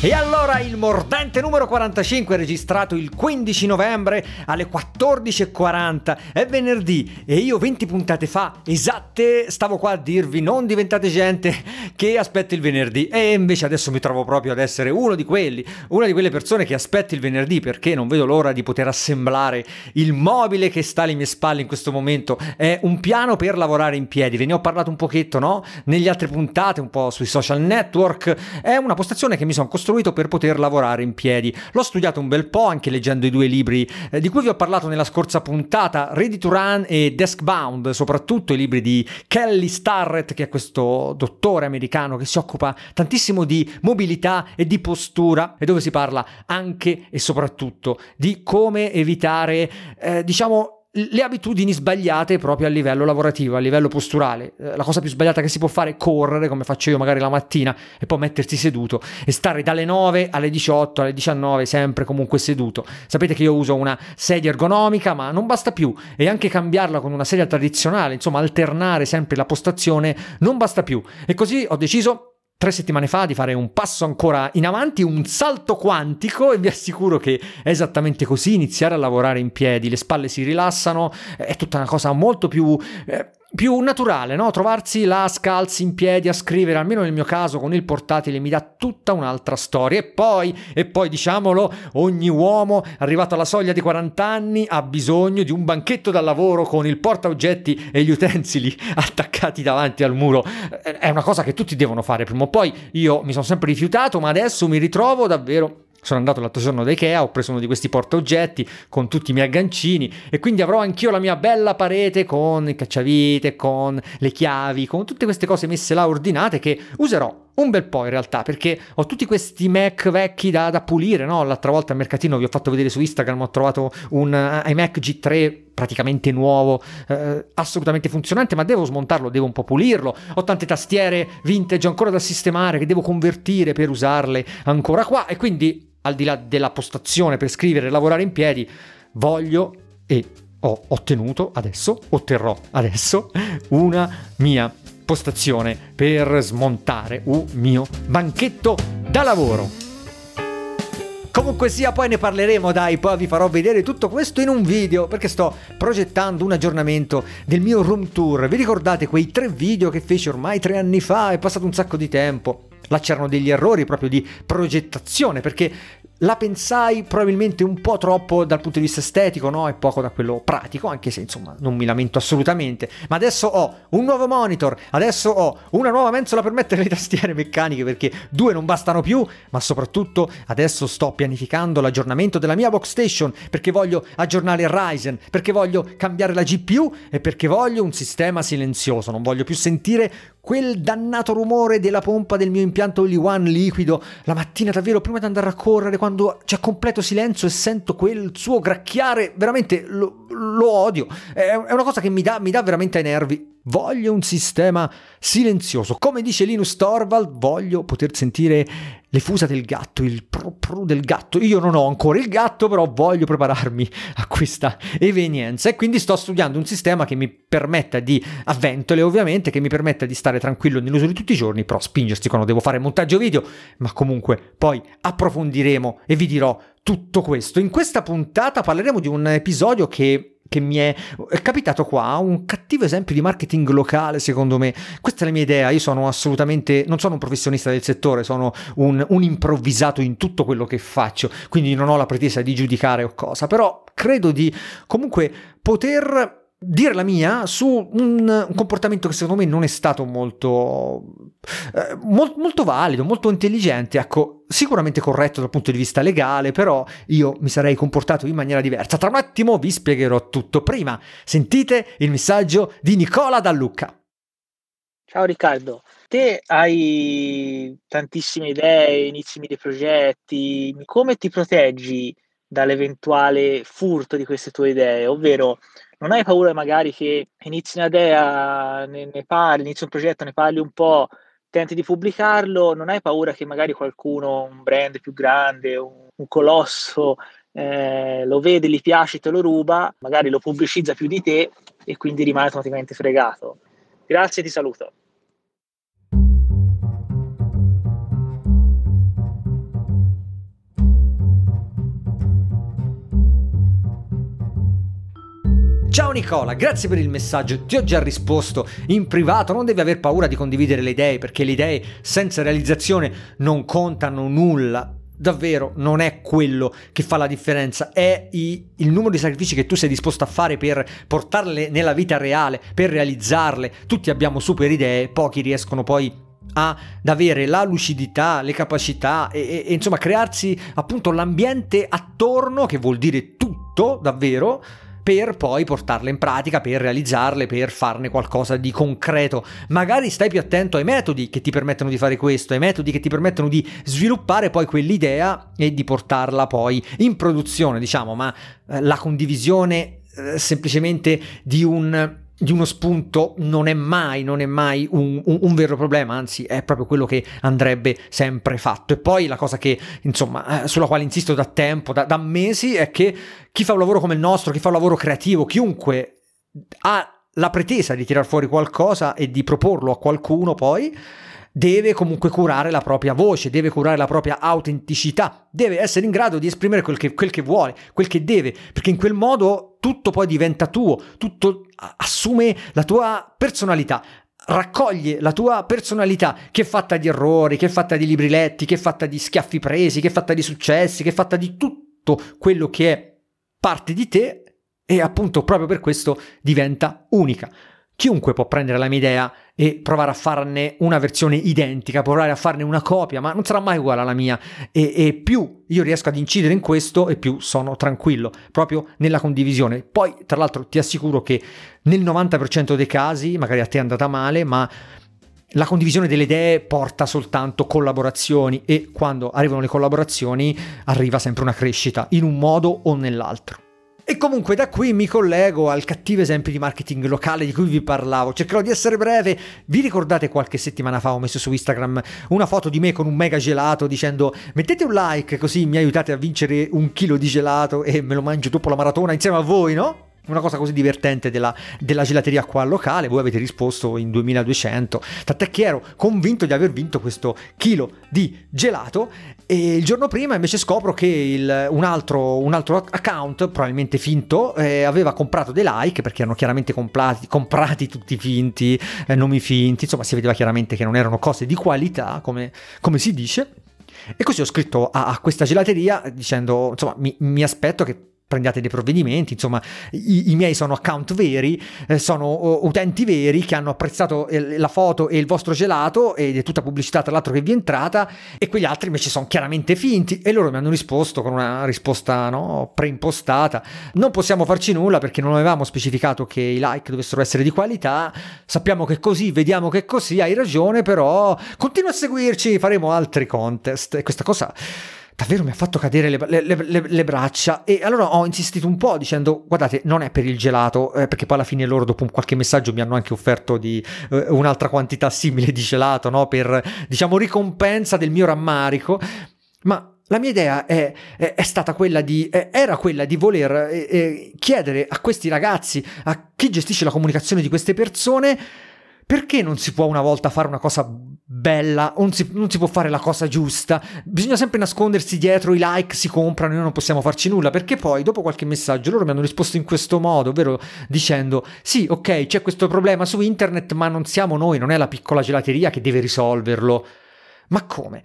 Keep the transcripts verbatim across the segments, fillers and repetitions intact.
E allora il mordente numero quarantacinque, registrato il quindici novembre alle quattordici e quaranta, è venerdì e io venti puntate fa esatte stavo qua a dirvi non diventate gente che aspetta il venerdì, e invece adesso mi trovo proprio ad essere uno di quelli, una di quelle persone che aspetta il venerdì perché non vedo l'ora di poter assemblare il mobile che sta alle mie spalle in questo momento. È un piano per lavorare in piedi, ve ne ho parlato un pochetto, no? Negli altre puntate, un po' sui social network. È una postazione che mi sono costruito per poter lavorare in piedi. L'ho studiato un bel po', anche leggendo i due libri eh, di cui vi ho parlato nella scorsa puntata, Ready to Run e Desk Bound, soprattutto i libri di Kelly Starrett, che è questo dottore americano che si occupa tantissimo di mobilità e di postura, e dove si parla anche e soprattutto di come evitare, eh, diciamo, le abitudini sbagliate proprio a livello lavorativo, a livello posturale. La cosa più sbagliata che si può fare è correre, come faccio io magari la mattina, e poi mettersi seduto e stare dalle nove alle diciotto, alle diciannove sempre comunque seduto. Sapete che io uso una sedia ergonomica, ma non basta più, e anche cambiarla con una sedia tradizionale, insomma alternare sempre la postazione non basta più. E così ho deciso tre settimane fa di fare un passo ancora in avanti, un salto quantico, e vi assicuro che è esattamente così: iniziare a lavorare in piedi, le spalle si rilassano, è tutta una cosa molto più eh, più naturale, no? Trovarsi là scalzi in piedi a scrivere, almeno nel mio caso con il portatile, mi dà tutta un'altra storia. E poi, e poi diciamolo, ogni uomo arrivato alla soglia di quaranta anni ha bisogno di un banchetto da lavoro con il portaoggetti e gli utensili attaccati davanti al muro. È una cosa che tutti devono fare prima o poi. Io mi sono sempre rifiutato, ma adesso mi ritrovo davvero. Sono andato l'altro giorno da Ikea, ho preso uno di questi portaoggetti con tutti i miei aggancini, e quindi avrò anch'io la mia bella parete con il cacciavite, con le chiavi, con tutte queste cose messe là ordinate, che userò un bel po' in realtà, perché ho tutti questi Mac vecchi da, da pulire, no? L'altra volta al mercatino vi ho fatto vedere su Instagram, ho trovato un iMac G tre praticamente nuovo, eh, assolutamente funzionante, ma devo smontarlo, devo un po' pulirlo. Ho tante tastiere vintage ancora da sistemare che devo convertire per usarle ancora qua, e quindi al di là della postazione per scrivere e lavorare in piedi, voglio e ho ottenuto adesso, otterrò adesso una mia postazione per smontare un mio banchetto da lavoro. Comunque sia, poi ne parleremo, dai, poi vi farò vedere tutto questo in un video, perché sto progettando un aggiornamento del mio room tour. Vi ricordate quei tre video che feci ormai tre anni fa? È passato un sacco di tempo. Là c'erano degli errori proprio di progettazione, perché la pensai probabilmente un po' troppo dal punto di vista estetico, no? E poco da quello pratico, anche se insomma non mi lamento assolutamente. Ma adesso ho un nuovo monitor, adesso ho una nuova mensola per mettere le tastiere meccaniche, perché due non bastano più, ma soprattutto adesso sto pianificando l'aggiornamento della mia workstation, perché voglio aggiornare il Ryzen, perché voglio cambiare la G P U e perché voglio un sistema silenzioso. Non voglio più sentire quel dannato rumore della pompa del mio impianto All in One liquido la mattina, davvero, prima di andare a correre, quando c'è completo silenzio e sento quel suo gracchiare. Veramente lo, lo odio, è una cosa che mi dà, mi dà veramente ai nervi. Voglio un sistema silenzioso. Come dice Linus Torvald, voglio poter sentire le fusa del gatto, il pru pru del gatto. Io non ho ancora il gatto, però voglio prepararmi a questa evenienza, e quindi sto studiando un sistema che mi permetta di, a ventole ovviamente, che mi permetta di stare tranquillo nell'uso di tutti i giorni, però spingersi quando devo fare montaggio video. Ma comunque poi approfondiremo e vi dirò tutto questo. In questa puntata parleremo di un episodio che che mi è, è capitato qua, un cattivo esempio di marketing locale, secondo me. Questa è la mia idea. Io sono assolutamente, non sono un professionista del settore, sono un, un improvvisato in tutto quello che faccio, quindi non ho la pretesa di giudicare o cosa, però credo di comunque poter dire la mia su un, un comportamento che secondo me non è stato molto eh, mol, molto valido, molto intelligente, ecco, sicuramente corretto dal punto di vista legale, però io mi sarei comportato in maniera diversa. Tra un attimo vi spiegherò tutto. Prima sentite il messaggio di Nicola da Lucca. Ciao Riccardo, te hai tantissime idee, inizi dei progetti, come ti proteggi dall'eventuale furto di queste tue idee? Ovvero, non hai paura magari che inizi un'idea, ne, ne parli, inizi un progetto, ne parli un po', tenti di pubblicarlo, non hai paura che magari qualcuno, un brand più grande, un, un colosso, eh, lo vede, gli piace, te lo ruba, magari lo pubblicizza più di te e quindi rimane automaticamente fregato? Grazie, ti saluto. Ciao Nicola, grazie per il messaggio, ti ho già risposto in privato, non devi aver paura di condividere le idee, perché le idee senza realizzazione non contano nulla. Davvero non è quello che fa la differenza, è i, il numero di sacrifici che tu sei disposto a fare per portarle nella vita reale, per realizzarle. Tutti abbiamo super idee, pochi riescono poi ad avere la lucidità, le capacità e, e, e insomma crearsi appunto l'ambiente attorno, che vuol dire tutto davvero, per poi portarle in pratica, per realizzarle, per farne qualcosa di concreto. Magari stai più attento ai metodi che ti permettono di fare questo, ai metodi che ti permettono di sviluppare poi quell'idea e di portarla poi in produzione, diciamo, ma eh, la condivisione eh, semplicemente di un di uno spunto non è mai, non è mai un, un, un vero problema, anzi è proprio quello che andrebbe sempre fatto. E poi la cosa che, insomma, eh, sulla quale insisto da tempo, da, da mesi, è che chi fa un lavoro come il nostro, chi fa un lavoro creativo, chiunque ha la pretesa di tirar fuori qualcosa e di proporlo a qualcuno poi, deve comunque curare la propria voce, deve curare la propria autenticità, deve essere in grado di esprimere quel che, quel che vuole, quel che deve, perché in quel modo tutto poi diventa tuo, tutto assume la tua personalità, raccoglie la tua personalità, che è fatta di errori, che è fatta di libri letti, che è fatta di schiaffi presi, che è fatta di successi, che è fatta di tutto quello che è parte di te, e appunto proprio per questo diventa unica. Chiunque può prendere la mia idea e provare a farne una versione identica, provare a farne una copia, ma non sarà mai uguale alla mia. E, e più io riesco ad incidere in questo, e più sono tranquillo, proprio nella condivisione. Poi, tra l'altro, ti assicuro che nel novanta per cento dei casi, magari a te è andata male, ma la condivisione delle idee porta soltanto collaborazioni, e quando arrivano le collaborazioni arriva sempre una crescita, in un modo o nell'altro. E comunque da qui mi collego al cattivo esempio di marketing locale di cui vi parlavo. Cercherò di essere breve. Vi ricordate qualche settimana fa ho messo su Instagram una foto di me con un mega gelato dicendo mettete un like così mi aiutate a vincere un chilo di gelato e me lo mangio dopo la maratona insieme a voi, no? Una cosa così divertente della, della gelateria qua locale. Voi avete risposto in duemiladuecento, tant'è che ero convinto di aver vinto questo chilo di gelato. E il giorno prima invece scopro che il, un, altro, un altro account, probabilmente finto, eh, aveva comprato dei like, perché erano chiaramente comprati, comprati tutti finti, eh, nomi finti, insomma si vedeva chiaramente che non erano cose di qualità, come, come si dice. E così ho scritto a, a questa gelateria dicendo, insomma, mi, mi aspetto che prendiate dei provvedimenti, insomma i, i miei sono account veri, eh, sono utenti veri che hanno apprezzato eh, la foto e il vostro gelato, ed è tutta pubblicità tra l'altro che vi è entrata, e quegli altri invece sono chiaramente finti. E loro mi hanno risposto con una risposta, no, preimpostata: non possiamo farci nulla perché non avevamo specificato che i like dovessero essere di qualità, sappiamo che è così, vediamo che è così, hai ragione, però continua a seguirci, faremo altri contest. E questa cosa davvero mi ha fatto cadere le, le, le, le braccia, e allora ho insistito un po' dicendo guardate, non è per il gelato, eh, perché poi alla fine loro dopo qualche messaggio mi hanno anche offerto di eh, un'altra quantità simile di gelato, no, per diciamo ricompensa del mio rammarico. Ma la mia idea è, è, è stata quella di eh, era quella di voler eh, eh, chiedere a questi ragazzi, a chi gestisce la comunicazione di queste persone, perché non si può una volta fare una cosa bella, non si, non si può fare la cosa giusta, bisogna sempre nascondersi dietro i like, si comprano e noi non possiamo farci nulla. Perché poi dopo qualche messaggio loro mi hanno risposto in questo modo, ovvero dicendo sì, ok, c'è questo problema su internet, ma non siamo noi, non è la piccola gelateria che deve risolverlo. Ma come?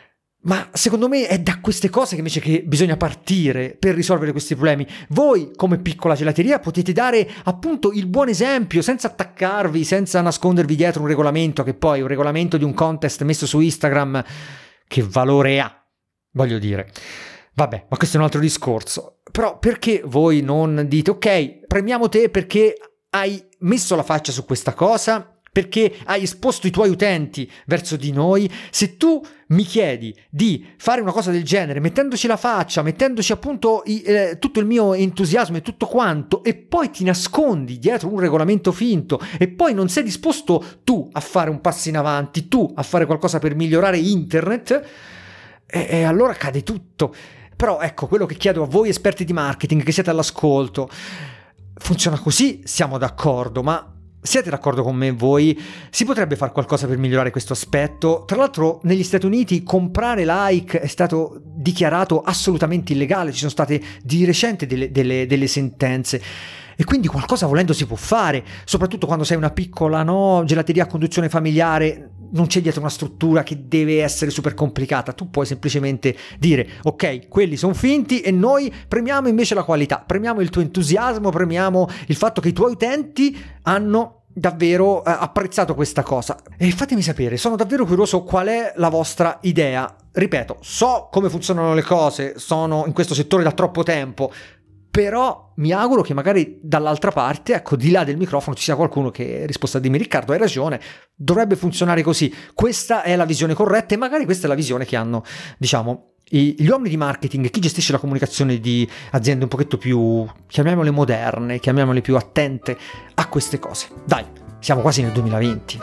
Ma secondo me è da queste cose che invece che bisogna partire per risolvere questi problemi. Voi come piccola gelateria potete dare appunto il buon esempio, senza attaccarvi, senza nascondervi dietro un regolamento, che poi un regolamento di un contest messo su Instagram che valore ha? Voglio dire, vabbè, ma questo è un altro discorso. Però perché voi non dite ok, premiamo te perché hai messo la faccia su questa cosa, perché hai esposto i tuoi utenti verso di noi? Se tu mi chiedi di fare una cosa del genere, mettendoci la faccia, mettendoci appunto i, eh, tutto il mio entusiasmo e tutto quanto, e poi ti nascondi dietro un regolamento finto, e poi non sei disposto tu a fare un passo in avanti, tu a fare qualcosa per migliorare internet, e, e allora cade tutto. Però ecco, quello che chiedo a voi esperti di marketing che siete all'ascolto, funziona così, siamo d'accordo, ma siete d'accordo con me voi? Si potrebbe fare qualcosa per migliorare questo aspetto? Tra l'altro negli Stati Uniti comprare like è stato dichiarato assolutamente illegale, ci sono state di recente delle, delle, delle sentenze, e quindi qualcosa volendo si può fare, soprattutto quando sei una piccola, no, gelateria a conduzione familiare, non c'è dietro una struttura che deve essere super complicata, tu puoi semplicemente dire ok, quelli sono finti e noi premiamo invece la qualità, premiamo il tuo entusiasmo, premiamo il fatto che i tuoi utenti hanno davvero eh, apprezzato questa cosa. E fatemi sapere, sono davvero curioso qual è la vostra idea. Ripeto, so come funzionano le cose, sono in questo settore da troppo tempo, però mi auguro che magari dall'altra parte, ecco, di là del microfono ci sia qualcuno che risposta a dirmi Riccardo, hai ragione, dovrebbe funzionare così, questa è la visione corretta e magari questa è la visione che hanno, diciamo, gli uomini di marketing, chi gestisce la comunicazione di aziende un pochetto più, chiamiamole moderne, chiamiamole più attente a queste cose. Dai, siamo quasi nel duemilaventi.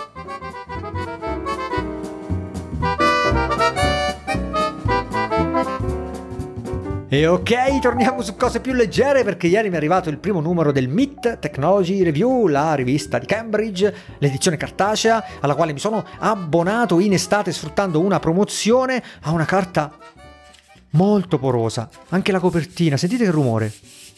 E ok, torniamo su cose più leggere perché ieri mi è arrivato il primo numero del M I T Technology Review, la rivista di Cambridge, l'edizione cartacea, alla quale mi sono abbonato in estate sfruttando una promozione a una carta molto porosa. Anche la copertina, sentite che rumore.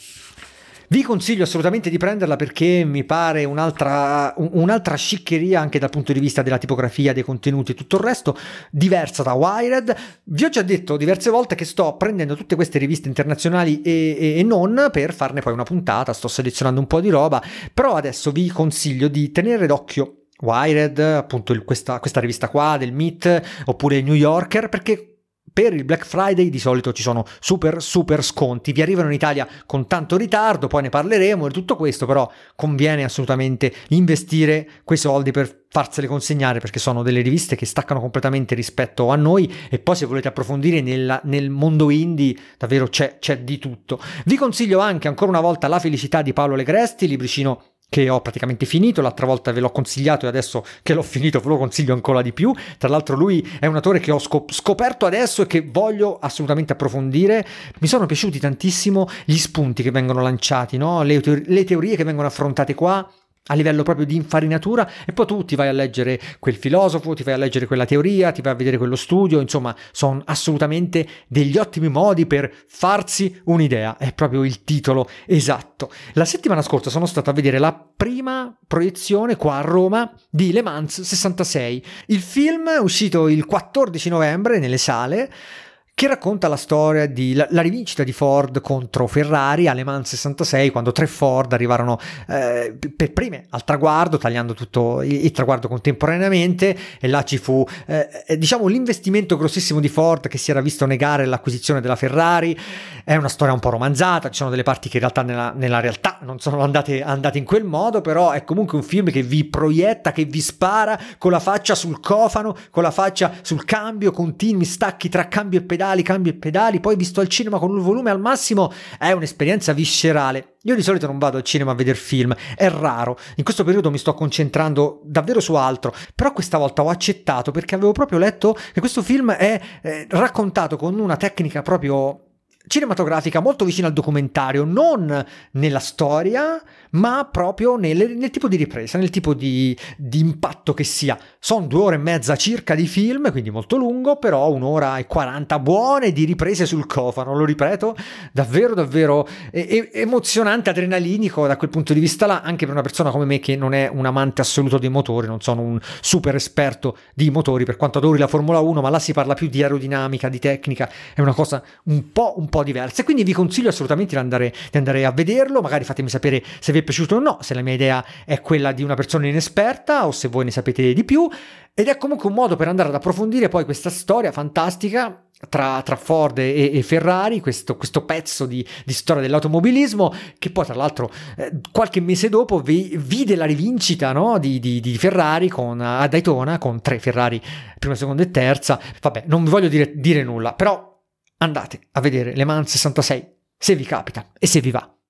Vi consiglio assolutamente di prenderla perché mi pare un'altra, un'altra sciccheria anche dal punto di vista della tipografia, dei contenuti e tutto il resto, diversa da Wired. Vi ho già detto diverse volte che sto prendendo tutte queste riviste internazionali e, e, e non per farne poi una puntata, sto selezionando un po' di roba, però adesso vi consiglio di tenere d'occhio Wired, appunto il, questa, questa rivista qua del M I T, oppure il New Yorker, perché per il Black Friday di solito ci sono super super sconti, vi arrivano in Italia con tanto ritardo, poi ne parleremo di tutto questo, però conviene assolutamente investire quei soldi per farsele consegnare perché sono delle riviste che staccano completamente rispetto a noi e poi se volete approfondire nel, nel mondo indie davvero c'è, c'è di tutto. Vi consiglio anche ancora una volta La felicità di Paolo Legresti, libricino che ho praticamente finito, l'altra volta ve l'ho consigliato e adesso che l'ho finito ve lo consiglio ancora di più. Tra l'altro lui è un autore che ho scop- scoperto adesso e che voglio assolutamente approfondire. Mi sono piaciuti tantissimo gli spunti che vengono lanciati, no? le, teor- le teorie che vengono affrontate qua a livello proprio di infarinatura e poi tu ti vai a leggere quel filosofo, ti vai a leggere quella teoria, ti vai a vedere quello studio, insomma sono assolutamente degli ottimi modi per farsi un'idea, è proprio il titolo esatto. La settimana scorsa sono stato a vedere la prima proiezione qua a Roma di Le Mans sessantasei, il film è uscito il quattordici novembre nelle sale, che racconta la storia di la, la rivincita di Ford contro Ferrari a Le Mans sessantasei, quando tre Ford arrivarono eh, per prime al traguardo, tagliando tutto il, il traguardo contemporaneamente, e là ci fu eh, diciamo l'investimento grossissimo di Ford che si era visto negare l'acquisizione della Ferrari. È una storia un po' romanzata, ci sono delle parti che in realtà nella, nella realtà non sono andate, andate in quel modo, però è comunque un film che vi proietta, che vi spara con la faccia sul cofano, con la faccia sul cambio, continui stacchi tra cambio e pedali, cambio e pedali, poi visto al cinema con il volume al massimo è un'esperienza viscerale. Io di solito non vado al cinema a vedere film, è raro, in questo periodo mi sto concentrando davvero su altro, però questa volta ho accettato perché avevo proprio letto che questo film è eh, raccontato con una tecnica proprio cinematografica molto vicina al documentario, non nella storia ma proprio nel, nel tipo di ripresa, nel tipo di, di impatto che sia. Sono due ore e mezza circa di film, quindi molto lungo, però un'ora e quaranta buone di riprese sul cofano, lo ripeto, davvero davvero e- e- emozionante, adrenalinico da quel punto di vista là, anche per una persona come me che non è un amante assoluto dei motori, non sono un super esperto di motori per quanto adori la Formula uno, ma là si parla più di aerodinamica, di tecnica, è una cosa un po' un po' diversa, e quindi vi consiglio assolutamente di andare, di andare a vederlo. Magari fatemi sapere se vi è piaciuto o no, se la mia idea è quella di una persona inesperta o se voi ne sapete di più, ed è comunque un modo per andare ad approfondire poi questa storia fantastica tra, tra Ford e, e Ferrari, questo, questo pezzo di, di storia dell'automobilismo che poi tra l'altro eh, qualche mese dopo vi, vide la rivincita, no, di, di, di Ferrari con, a Daytona con tre Ferrari prima, seconda e terza. Vabbè, non vi voglio dire, dire nulla, però andate a vedere Le Mans sessantasei se vi capita e se vi va.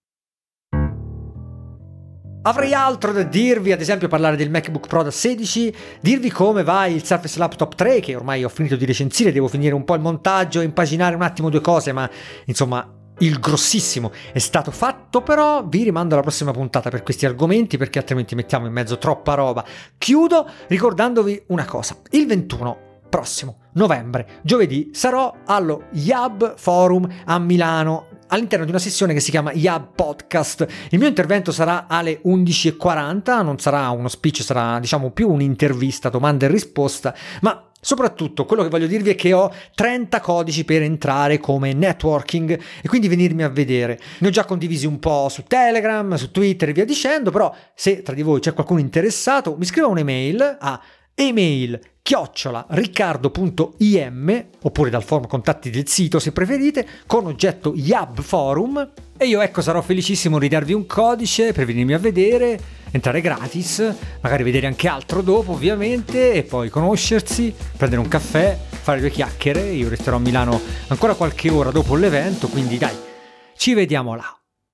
Avrei altro da dirvi, ad esempio parlare del MacBook Pro da sedici, dirvi come va il Surface Laptop tre, che ormai ho finito di recensire, devo finire un po' il montaggio, impaginare un attimo due cose, ma insomma il grossissimo è stato fatto, però vi rimando alla prossima puntata per questi argomenti perché altrimenti mettiamo in mezzo troppa roba. Chiudo ricordandovi una cosa, il ventuno prossimo novembre, giovedì, sarò allo Yab Forum a Milano all'interno di una sessione che si chiama Yab Podcast. Il mio intervento sarà alle undici e quaranta, non sarà uno speech, sarà diciamo più un'intervista, domanda e risposta, ma soprattutto quello che voglio dirvi è che ho trenta codici per entrare come networking e quindi venirmi a vedere. Ne ho già condivisi un po' su Telegram, su Twitter e via dicendo, però se tra di voi c'è qualcuno interessato mi scriva un'email a email chiocciola riccardo punto im oppure dal form contatti del sito se preferite con oggetto Yab Forum e io ecco sarò felicissimo di darvi un codice per venirmi a vedere, entrare gratis, magari vedere anche altro dopo ovviamente e poi conoscersi, prendere un caffè, fare due chiacchiere. Io resterò a Milano ancora qualche ora dopo l'evento, quindi dai, ci vediamo là.